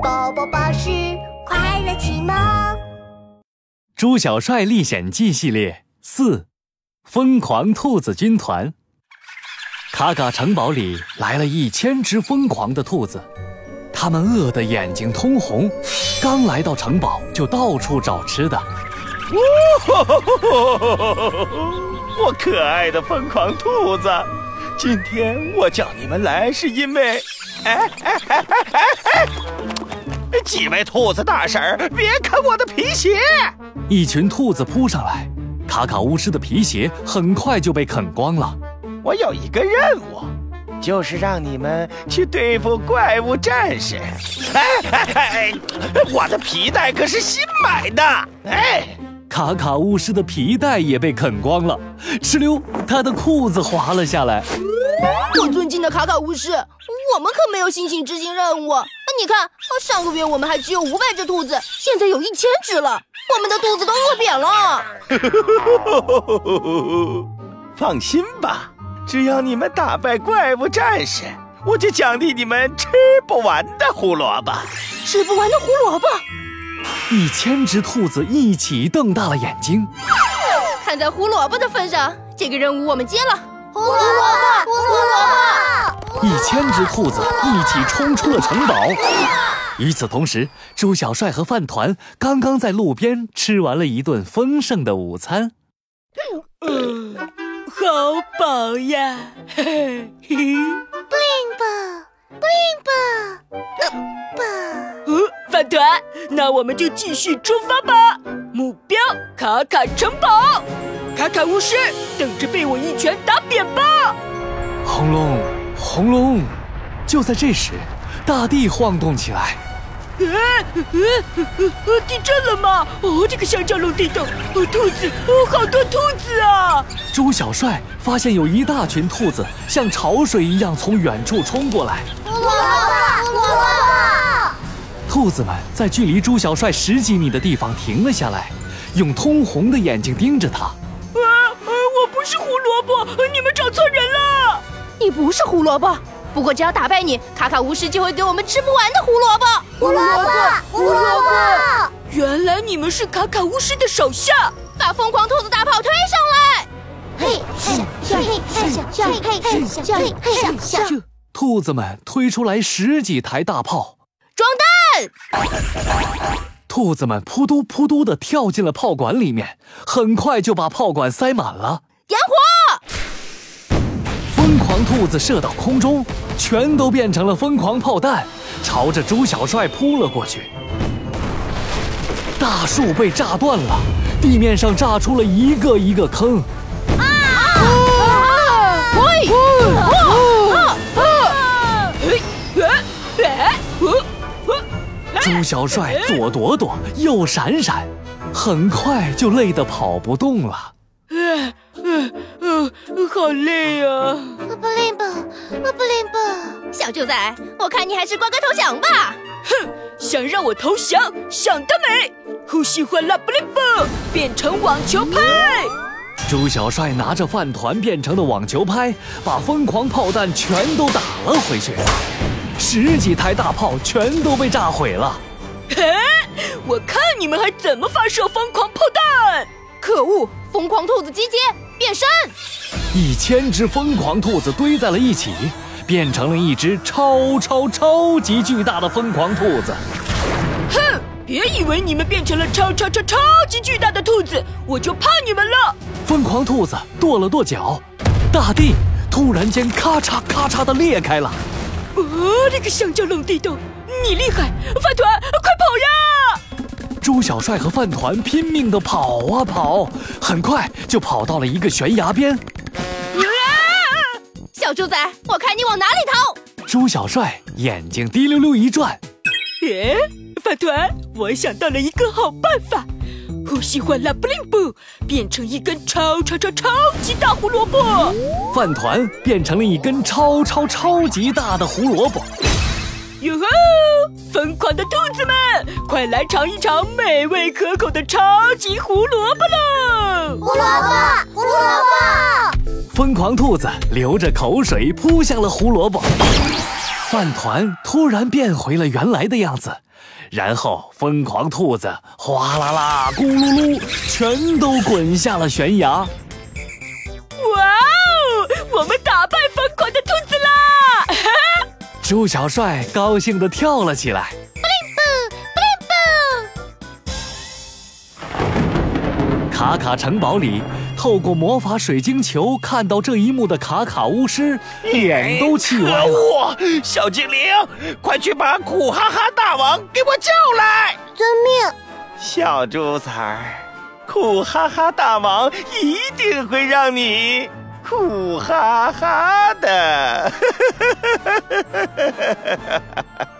宝宝巴士快乐启蒙。 猪小帅历险记系列4，疯狂兔子军团。卡卡城堡里来了1000只疯狂的兔子，它们饿得眼睛通红，刚来到城堡就到处找吃的。 我可爱的疯狂兔子，今天我叫你们来是因为……几位兔子大婶儿，别啃我的皮鞋！ 一群兔子扑上来，卡卡巫师的皮鞋很快就被啃光了。 我有一个任务，就是让你们去对付怪物战士。我的皮带可是新买的。 卡卡巫师的皮带也被啃光了，哧溜，他的裤子滑了下来。 我尊敬的卡卡巫师，我们可没有星星执行任务。你看，上个月我们还只有500只兔子，现在有1000只了，我们的肚子都饿扁了。 放心吧，只要你们打败怪物战士，我就奖励你们吃不完的胡萝卜。 吃不完的胡萝卜 ！1000只兔子一起瞪大了眼睛。 看在胡萝卜的份上，这个任务我们接了。 胡萝卜，胡萝卜 ！1000只兔子一起冲出了城堡。与此同时，猪小帅和饭团刚刚在路边吃完了一顿丰盛的午餐。 好饱呀！嘿嘿嘿。饭团，那我们就继续出发吧。目标：卡卡城堡。卡卡巫师，等着被我一拳打扁吧！ 轰隆轰隆！就在这时，大地晃动起来。 地震了吗？这个香蕉龙地洞，兔子，好多兔子啊！ 猪小帅发现有一大群兔子像潮水一样从远处冲过来。 胡萝卜！ 兔子们在距离猪小帅10几米的地方停了下来，用通红的眼睛盯着他。 我不是胡萝卜，你们找错人了。 你不是胡萝卜，不过只要打败你，卡卡巫师就会给我们吃不完的胡萝卜。 胡萝卜！ 原来你们是卡卡巫师的手下， 把疯狂兔子大炮推上来！ 兔子们推出来10几台大炮， 装弹！ 兔子们扑嘟扑嘟地跳进了炮管里面，很快就把炮管塞满了。 点火！ 疯狂兔子射到空中，全都变成了疯狂炮弹，朝着猪小帅扑了过去。大树被炸断了，地面上炸出了一个一个坑。猪小帅左躲躲，右闪闪，很快就累得跑不动了。 好累啊！ 小猪仔，我看你还是乖乖投降吧。 哼，想让我投降，想得美！呼吸欢啦不灵不，变成网球拍。 猪小帅拿着饭团变成的网球拍，把疯狂炮弹全都打了回去。10几台大炮全都被炸毁了。 我看你们还怎么发射疯狂炮弹！ 可恶！疯狂兔子集结，变身 ！1000只疯狂兔子堆在了一起，变成了一只超级巨大的疯狂兔子。 哼！别以为你们变成了超级巨大的兔子，我就怕你们了！ 疯狂兔子跺了跺脚，大地突然间咔嚓咔嚓地裂开了。 这个香蕉龙地洞，你厉害！饭团，快跑呀！ 猪小帅和饭团拼命地跑啊跑，很快就跑到了一个悬崖边。 小猪仔，我看你往哪里逃！ 猪小帅眼睛滴溜溜一转， 饭团，我想到了一个好办法。呼吸欢啦不灵不，变成一根超级大胡萝卜。 饭团变成了一根超级大的胡萝卜。 哟吼！疯狂的兔子们，快来尝一尝美味可口的超级胡萝卜喽！ 胡萝卜！ 疯狂兔子流着口水扑向了胡萝卜。 饭团突然变回了原来的样子，然后疯狂兔子哗啦啦、咕噜噜，全都滚下了悬崖。 哇哦，我们打败疯狂的兔子啦！ 猪小帅高兴地跳了起来。卡卡城堡里，透过魔法水晶球看到这一幕的卡卡巫师脸都气歪了。 小精灵，快去把苦哈哈大王给我叫来！ 遵命。 小猪崽儿，苦哈哈大王一定会让你苦哈哈的。